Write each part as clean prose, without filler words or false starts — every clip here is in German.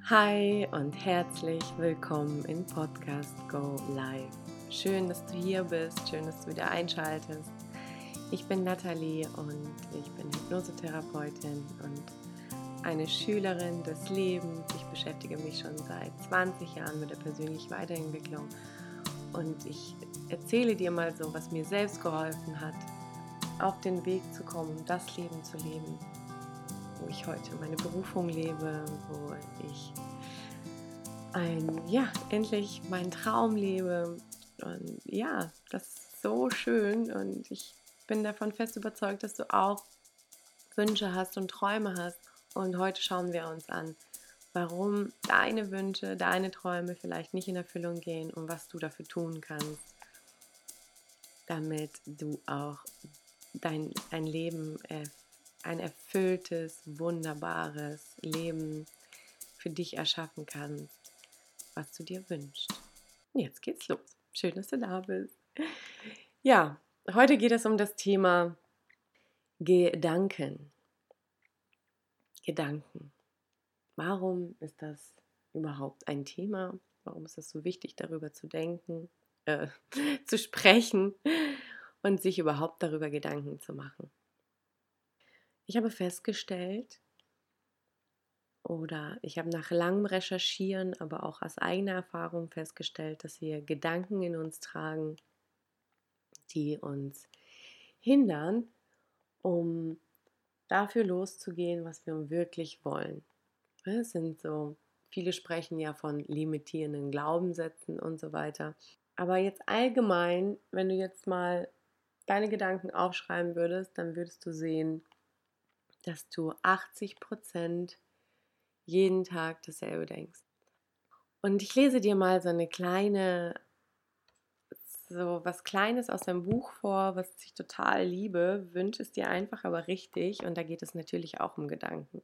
Hi und herzlich willkommen im Podcast Go Live. Schön, dass du hier bist, schön, dass du wieder einschaltest. Ich bin Nathalie und ich bin Hypnosetherapeutin und eine Schülerin des Lebens. Ich beschäftige mich schon seit 20 Jahren mit der persönlichen Weiterentwicklung und ich erzähle dir mal so, was mir selbst geholfen hat, auf den Weg zu kommen, das Leben zu leben, wo ich heute meine Berufung lebe, wo ich endlich meinen Traum lebe. Und ja, das ist so schön und ich bin davon fest überzeugt, dass du auch Wünsche hast und Träume hast. Und heute schauen wir uns an, warum deine Wünsche, deine Träume vielleicht nicht in Erfüllung gehen und was du dafür tun kannst, damit du auch ein Leben, ein erfülltes, wunderbares Leben für dich erschaffen kannst, was du dir wünschst. Und jetzt geht's los. Schön, dass du da bist. Ja, heute geht es um das Thema Gedanken. Gedanken. Warum ist das überhaupt ein Thema? Warum ist es so wichtig, darüber zu denken, zu sprechen und sich überhaupt darüber Gedanken zu machen? Ich habe festgestellt, oder ich habe nach langem Recherchieren, aber auch aus eigener Erfahrung festgestellt, dass wir Gedanken in uns tragen, die uns hindern, um dafür loszugehen, was wir wirklich wollen. Es sind so, viele sprechen ja von limitierenden Glaubenssätzen und so weiter. Aber jetzt allgemein, wenn du jetzt mal deine Gedanken aufschreiben würdest, dann würdest du sehen, dass du 80% jeden Tag dasselbe denkst. Und ich lese dir mal so was Kleines aus einem Buch vor, was ich total liebe. Wünsch es dir einfach, aber richtig. Und da geht es natürlich auch um Gedanken.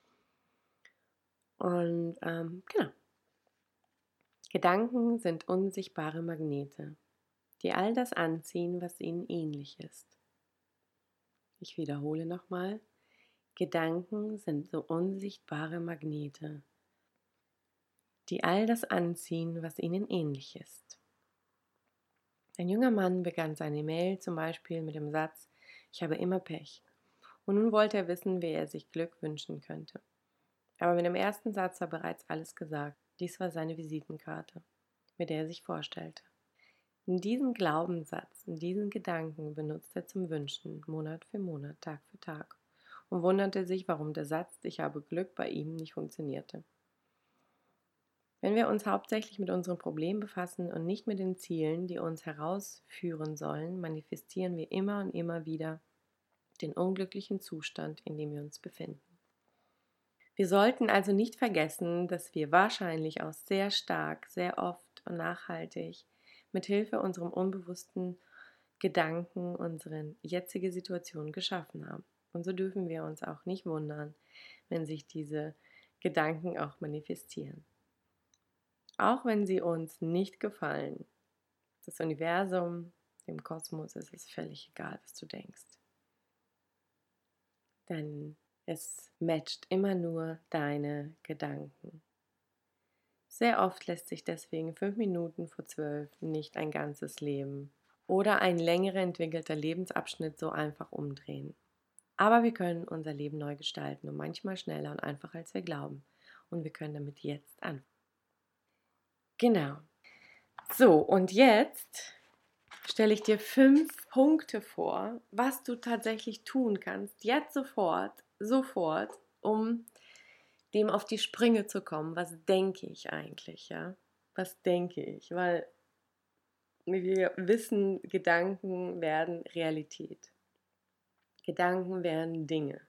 Und genau. Gedanken sind unsichtbare Magnete, die all das anziehen, was ihnen ähnlich ist. Ich wiederhole nochmal. Gedanken sind so unsichtbare Magnete, die all das anziehen, was ihnen ähnlich ist. Ein junger Mann begann seine Mail zum Beispiel mit dem Satz: Ich habe immer Pech. Und nun wollte er wissen, wie er sich Glück wünschen könnte. Aber mit dem ersten Satz war bereits alles gesagt. Dies war seine Visitenkarte, mit der er sich vorstellte. In diesen Glaubenssatz, in diesen Gedanken benutzt er zum Wünschen, Monat für Monat, Tag für Tag, und wunderte sich, warum der Satz „Ich habe Glück" bei ihm nicht funktionierte. Wenn wir uns hauptsächlich mit unseren Problemen befassen und nicht mit den Zielen, die uns herausführen sollen, manifestieren wir immer und immer wieder den unglücklichen Zustand, in dem wir uns befinden. Wir sollten also nicht vergessen, dass wir wahrscheinlich auch sehr stark, sehr oft und nachhaltig mit Hilfe unserem unbewussten Gedanken unsere jetzige Situation geschaffen haben. Und so dürfen wir uns auch nicht wundern, wenn sich diese Gedanken auch manifestieren. Auch wenn sie uns nicht gefallen. Das Universum, dem Kosmos ist es völlig egal, was du denkst. Denn es matcht immer nur deine Gedanken. Sehr oft lässt sich deswegen 5 Minuten vor 12 nicht ein ganzes Leben oder ein länger entwickelter Lebensabschnitt so einfach umdrehen. Aber wir können unser Leben neu gestalten und manchmal schneller und einfacher, als wir glauben. Und wir können damit jetzt anfangen. Genau. So, und jetzt stelle ich dir 5 Punkte vor, was du tatsächlich tun kannst, jetzt sofort, um dem auf die Sprünge zu kommen. Was denke ich eigentlich, ja? Was denke ich? Weil wir wissen, Gedanken werden Realität. Gedanken werden Dinge.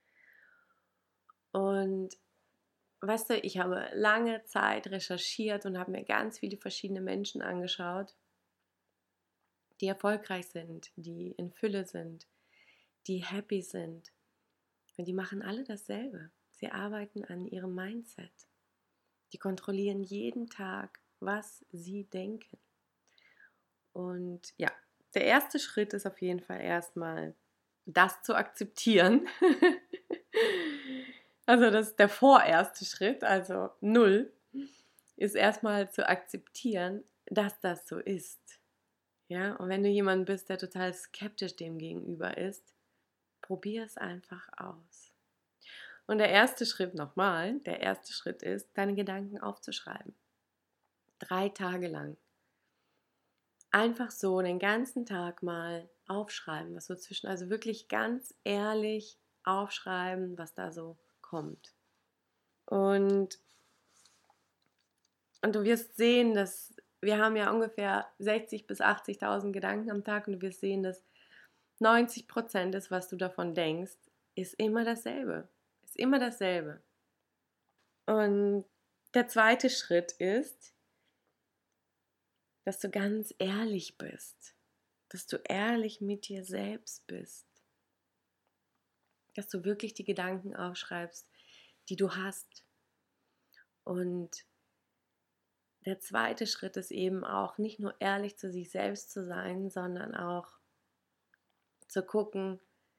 Und weißt du, ich habe lange Zeit recherchiert und habe mir ganz viele verschiedene Menschen angeschaut, die erfolgreich sind, die in Fülle sind, die happy sind. Und die machen alle dasselbe. Sie arbeiten an ihrem Mindset. Die kontrollieren jeden Tag, was sie denken. Und ja, der erste Schritt ist auf jeden Fall erstmal, das zu akzeptieren, Also das ist der vorerste Schritt, also null, ist erstmal zu akzeptieren, dass das so ist. Ja, und wenn du jemand bist, der total skeptisch dem gegenüber ist, probier es einfach aus. Und der erste Schritt nochmal, der erste Schritt ist, deine Gedanken aufzuschreiben. 3 Tage lang. Einfach so den ganzen Tag mal aufschreiben, was so also wirklich ganz ehrlich aufschreiben, was da so kommt. Und du wirst sehen, dass wir haben ja ungefähr 60.000 bis 80.000 Gedanken am Tag und du wirst sehen, dass 90% des, was du davon denkst, ist immer dasselbe. Ist immer dasselbe. Und der zweite Schritt ist, dass du ganz ehrlich bist. Dass du ehrlich mit dir selbst bist. Dass du wirklich die Gedanken aufschreibst, die du hast. Und der zweite Schritt ist eben auch, nicht nur ehrlich zu sich selbst zu sein, sondern auch zu gucken,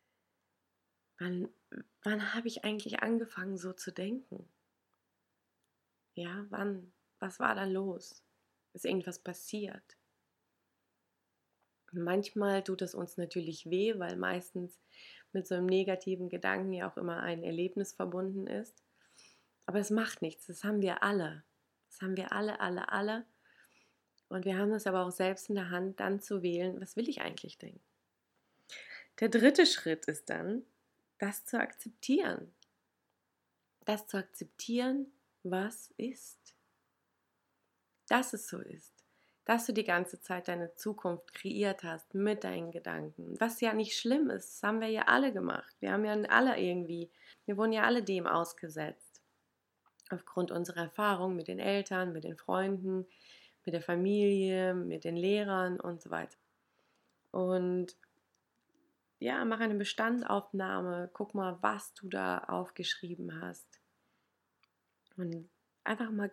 wann habe ich eigentlich angefangen so zu denken? Ja, wann? Was war da los? Ist irgendwas passiert? Und manchmal tut es uns natürlich weh, weil meistens mit so einem negativen Gedanken ja auch immer ein Erlebnis verbunden ist. Aber es macht nichts, das haben wir alle. Das haben wir alle. Und wir haben es aber auch selbst in der Hand, dann zu wählen, was will ich eigentlich denken? Der dritte Schritt ist dann, das zu akzeptieren. Das zu akzeptieren, was ist. Dass es so ist. Dass du die ganze Zeit deine Zukunft kreiert hast mit deinen Gedanken. Was ja nicht schlimm ist, das haben wir ja alle gemacht. Wir wurden ja alle dem ausgesetzt. Aufgrund unserer Erfahrung mit den Eltern, mit den Freunden, mit der Familie, mit den Lehrern und so weiter. Und ja, mach eine Bestandaufnahme, guck mal, was du da aufgeschrieben hast. Und einfach mal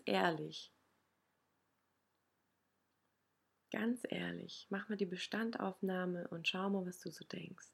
ganz ehrlich, mach mal die Bestandaufnahme und schau mal, was du so denkst.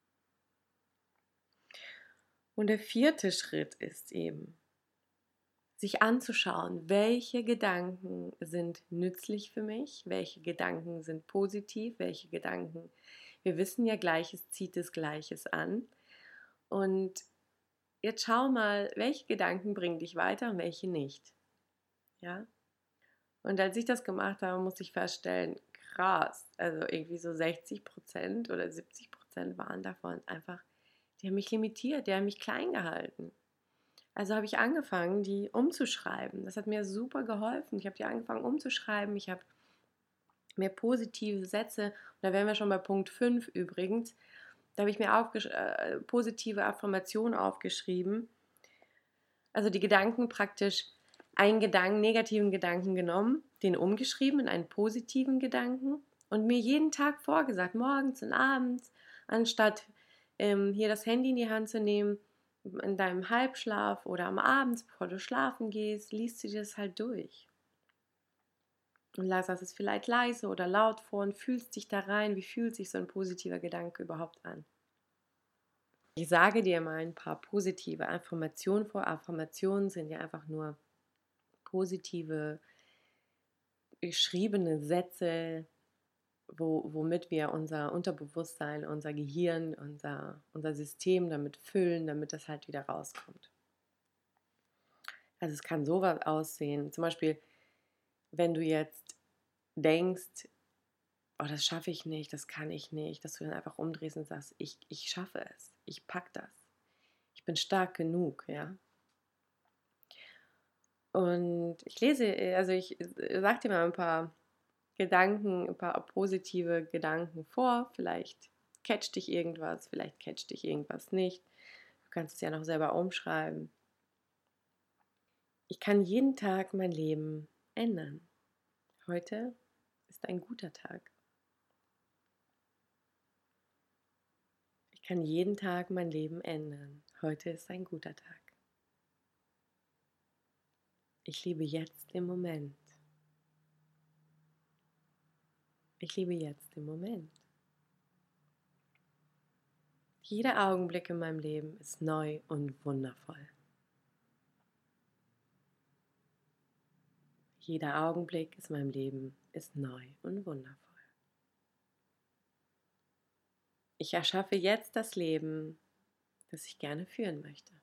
Und der vierte Schritt ist eben, sich anzuschauen, welche Gedanken sind nützlich für mich, welche Gedanken sind positiv, welche Gedanken, wir wissen ja, Gleiches zieht des Gleiches an. Und jetzt schau mal, welche Gedanken bringen dich weiter und welche nicht. Ja? Und als ich das gemacht habe, musste ich feststellen, krass, also irgendwie so 60% oder 70% waren davon einfach, die haben mich limitiert, die haben mich klein gehalten. Also habe ich angefangen, die umzuschreiben. Das hat mir super geholfen. Ich habe die angefangen umzuschreiben. Ich habe mir positive Sätze, und da wären wir schon bei Punkt 5 übrigens, da habe ich mir positive Affirmationen aufgeschrieben. Also die Gedanken praktisch, einen negativen Gedanken genommen, den umgeschrieben in einen positiven Gedanken und mir jeden Tag vorgesagt, morgens und abends, anstatt hier das Handy in die Hand zu nehmen, in deinem Halbschlaf oder am Abend, bevor du schlafen gehst, liest du dir das halt durch. Und lass es vielleicht leise oder laut vor und fühlst dich da rein, wie fühlt sich so ein positiver Gedanke überhaupt an. Ich sage dir mal ein paar positive Affirmationen vor. Affirmationen sind ja einfach nur positive, geschriebene Sätze, womit wir unser Unterbewusstsein, unser Gehirn, unser System damit füllen, damit das halt wieder rauskommt. Also es kann sowas aussehen, zum Beispiel, wenn du jetzt denkst, oh, das schaffe ich nicht, das kann ich nicht, dass du dann einfach umdrehst und sagst, ich schaffe es, ich packe das, ich bin stark genug, ja. Und ich sag dir mal ein paar Gedanken, ein paar positive Gedanken vor. Vielleicht catcht dich irgendwas, vielleicht catcht dich irgendwas nicht. Du kannst es ja noch selber umschreiben. Ich kann jeden Tag mein Leben ändern. Heute ist ein guter Tag. Ich kann jeden Tag mein Leben ändern. Heute ist ein guter Tag. Ich lebe jetzt im Moment. Ich lebe jetzt im Moment. Jeder Augenblick in meinem Leben ist neu und wundervoll. Jeder Augenblick in meinem Leben ist neu und wundervoll. Ich erschaffe jetzt das Leben, das ich gerne führen möchte.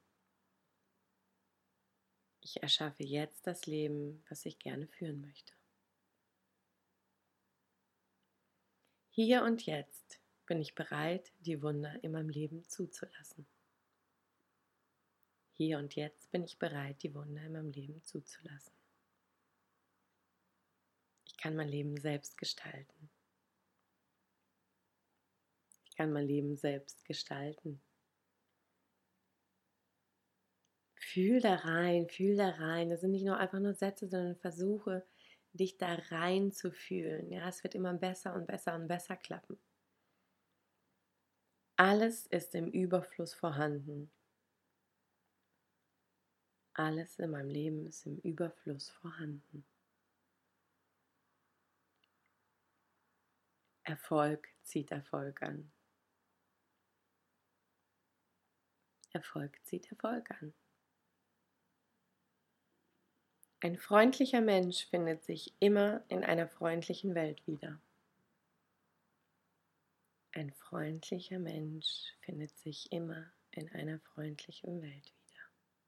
Ich erschaffe jetzt das Leben, was ich gerne führen möchte. Hier und jetzt bin ich bereit, die Wunder in meinem Leben zuzulassen. Hier und jetzt bin ich bereit, die Wunder in meinem Leben zuzulassen. Ich kann mein Leben selbst gestalten. Ich kann mein Leben selbst gestalten. Fühl da rein, fühl da rein. Das sind nicht nur einfach nur Sätze, sondern versuche, dich da rein zu fühlen. Ja, es wird immer besser und besser und besser klappen. Alles ist im Überfluss vorhanden. Alles in meinem Leben ist im Überfluss vorhanden. Erfolg zieht Erfolg an. Erfolg zieht Erfolg an. Ein freundlicher Mensch findet sich immer in einer freundlichen Welt wieder. Ein freundlicher Mensch findet sich immer in einer freundlichen Welt wieder.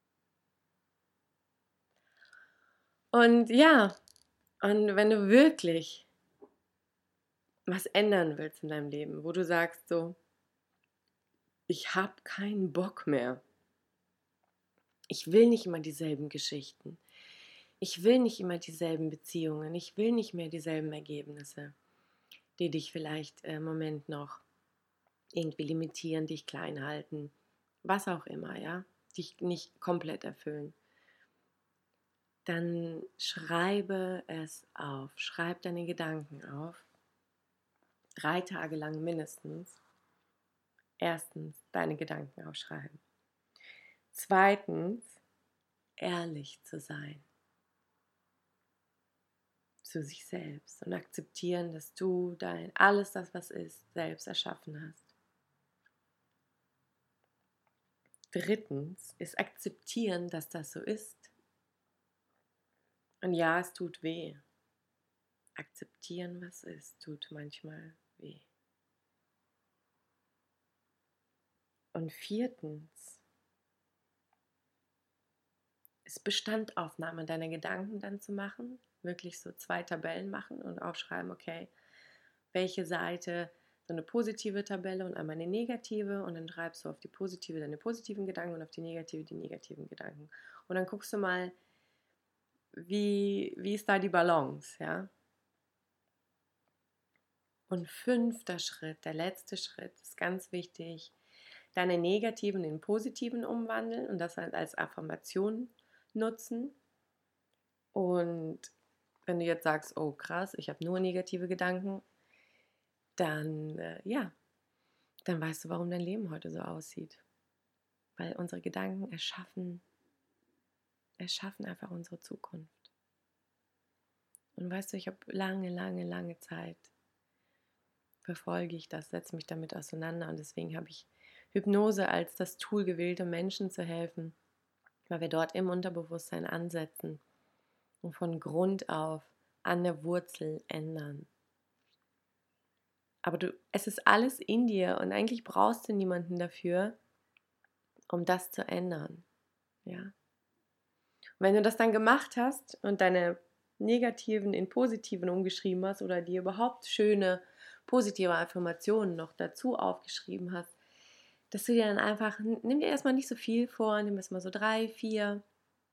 Und ja, und wenn du wirklich was ändern willst in deinem Leben, wo du sagst so, ich habe keinen Bock mehr. Ich will nicht immer dieselben Geschichten. Ich will nicht immer dieselben Beziehungen. Ich will nicht mehr dieselben Ergebnisse, die dich vielleicht im Moment noch irgendwie limitieren, dich klein halten, was auch immer, ja, dich nicht komplett erfüllen. Dann schreibe es auf. Schreib deine Gedanken auf. 3 Tage lang mindestens. Erstens, deine Gedanken aufschreiben. Zweitens, ehrlich zu sein zu sich selbst und akzeptieren, dass du alles das, was ist, selbst erschaffen hast. Drittens ist akzeptieren, dass das so ist. Und ja, es tut weh. Akzeptieren, was ist, tut manchmal weh. Und viertens ist Bestandaufnahme deiner Gedanken dann zu machen, wirklich so 2 Tabellen machen und aufschreiben, okay, welche Seite, so eine positive Tabelle und einmal eine negative, und dann schreibst du auf die positive deine positiven Gedanken und auf die negative die negativen Gedanken. Und dann guckst du mal, wie ist da die Balance, ja? Und 5. Schritt, der letzte Schritt, ist ganz wichtig, deine negativen in positiven umwandeln und das halt als Affirmation nutzen. Und wenn du jetzt sagst, oh krass, ich habe nur negative Gedanken, dann dann weißt du, warum dein Leben heute so aussieht. Weil unsere Gedanken erschaffen einfach unsere Zukunft. Und weißt du, ich habe lange Zeit verfolge ich das, setze mich damit auseinander, und deswegen habe ich Hypnose als das Tool gewählt, um Menschen zu helfen, weil wir dort im Unterbewusstsein ansetzen und von Grund auf an der Wurzel ändern. Aber es ist alles in dir und eigentlich brauchst du niemanden dafür, um das zu ändern. Ja? Und wenn du das dann gemacht hast und deine negativen in positiven umgeschrieben hast oder dir überhaupt schöne positive Affirmationen noch dazu aufgeschrieben hast, dass du dir dann einfach, nimm dir erstmal nicht so viel vor, nimm erstmal so 3, 4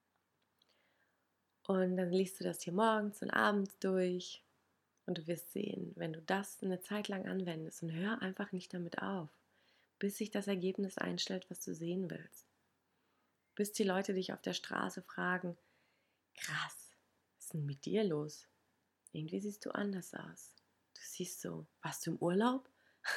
und dann liest du das hier morgens und abends durch und du wirst sehen, wenn du das eine Zeit lang anwendest, und hör einfach nicht damit auf, bis sich das Ergebnis einstellt, was du sehen willst. Bis die Leute dich auf der Straße fragen, krass, was ist denn mit dir los? Irgendwie siehst du anders aus. Du siehst so, warst du im Urlaub?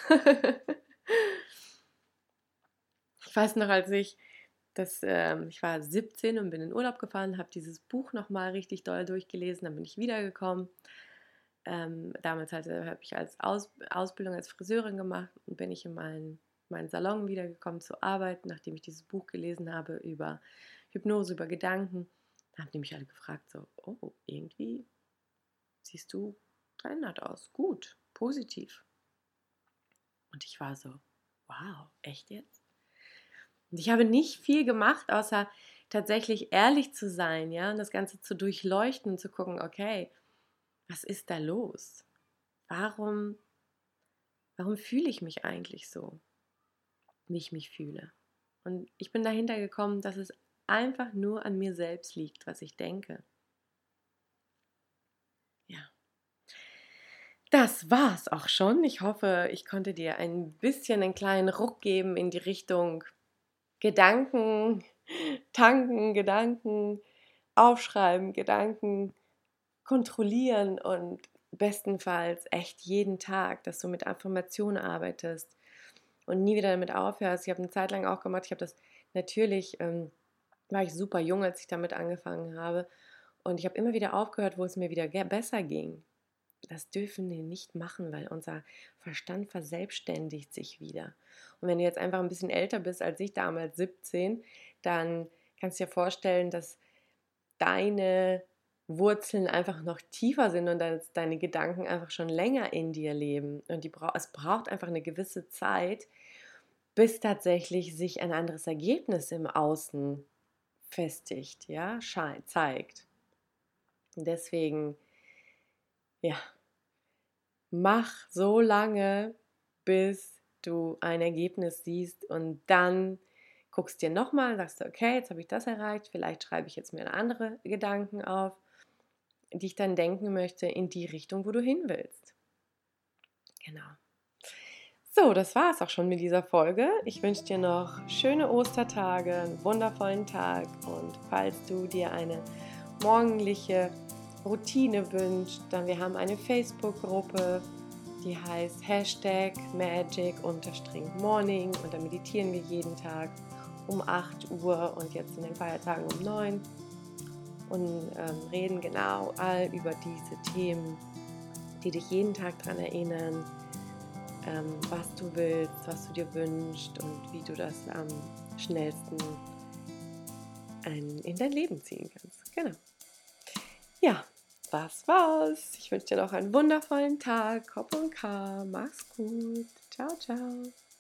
Ich weiß noch, ich war 17 und bin in Urlaub gefahren, habe dieses Buch nochmal richtig doll durchgelesen, dann bin ich wiedergekommen. Damals habe ich als Ausbildung als Friseurin gemacht und bin ich in meinen Salon wiedergekommen zur Arbeit, nachdem ich dieses Buch gelesen habe über Hypnose, über Gedanken. Haben die mich alle gefragt, so, oh, irgendwie siehst du verändert aus. Gut, positiv. Und ich war so, wow, echt jetzt? Und ich habe nicht viel gemacht, außer tatsächlich ehrlich zu sein, ja, und das Ganze zu durchleuchten und zu gucken, okay, was ist da los? Warum, warum fühle ich mich eigentlich so, wie ich mich fühle? Und ich bin dahinter gekommen, dass es einfach nur an mir selbst liegt, was ich denke. Ja, das war's auch schon. Ich hoffe, ich konnte dir ein bisschen einen kleinen Ruck geben in die Richtung Gedanken tanken, Gedanken aufschreiben, Gedanken kontrollieren und bestenfalls echt jeden Tag, dass du mit Affirmationen arbeitest und nie wieder damit aufhörst. Ich habe eine Zeit lang auch gemacht, ich habe das natürlich, war ich super jung, als ich damit angefangen habe und ich habe immer wieder aufgehört, wo es mir wieder besser ging. Das dürfen wir nicht machen, weil unser Verstand verselbstständigt sich wieder. Und wenn du jetzt einfach ein bisschen älter bist als ich damals, 17, dann kannst du dir vorstellen, dass deine Wurzeln einfach noch tiefer sind und deine Gedanken einfach schon länger in dir leben. Und es braucht einfach eine gewisse Zeit, bis tatsächlich sich ein anderes Ergebnis im Außen festigt, ja, zeigt. Und deswegen, ja, mach so lange, bis du ein Ergebnis siehst und dann guckst dir nochmal, sagst du, okay, jetzt habe ich das erreicht, vielleicht schreibe ich jetzt mir andere Gedanken auf, die ich dann denken möchte in die Richtung, wo du hin willst. Genau. So, das war es auch schon mit dieser Folge. Ich wünsche dir noch schöne Ostertage, einen wundervollen Tag und falls du dir eine morgendliche Routine wünschst, dann wir haben eine Facebook-Gruppe, die heißt #magic_morning und da meditieren wir jeden Tag um 8 Uhr und jetzt in den Feiertagen um 9 und reden genau all über diese Themen, die dich jeden Tag daran erinnern, was du willst, was du dir wünschst und wie du das am schnellsten in dein Leben ziehen kannst. Genau. Ja, das war's. Ich wünsche dir noch einen wundervollen Tag. Hopp und K. Mach's gut. Ciao, ciao.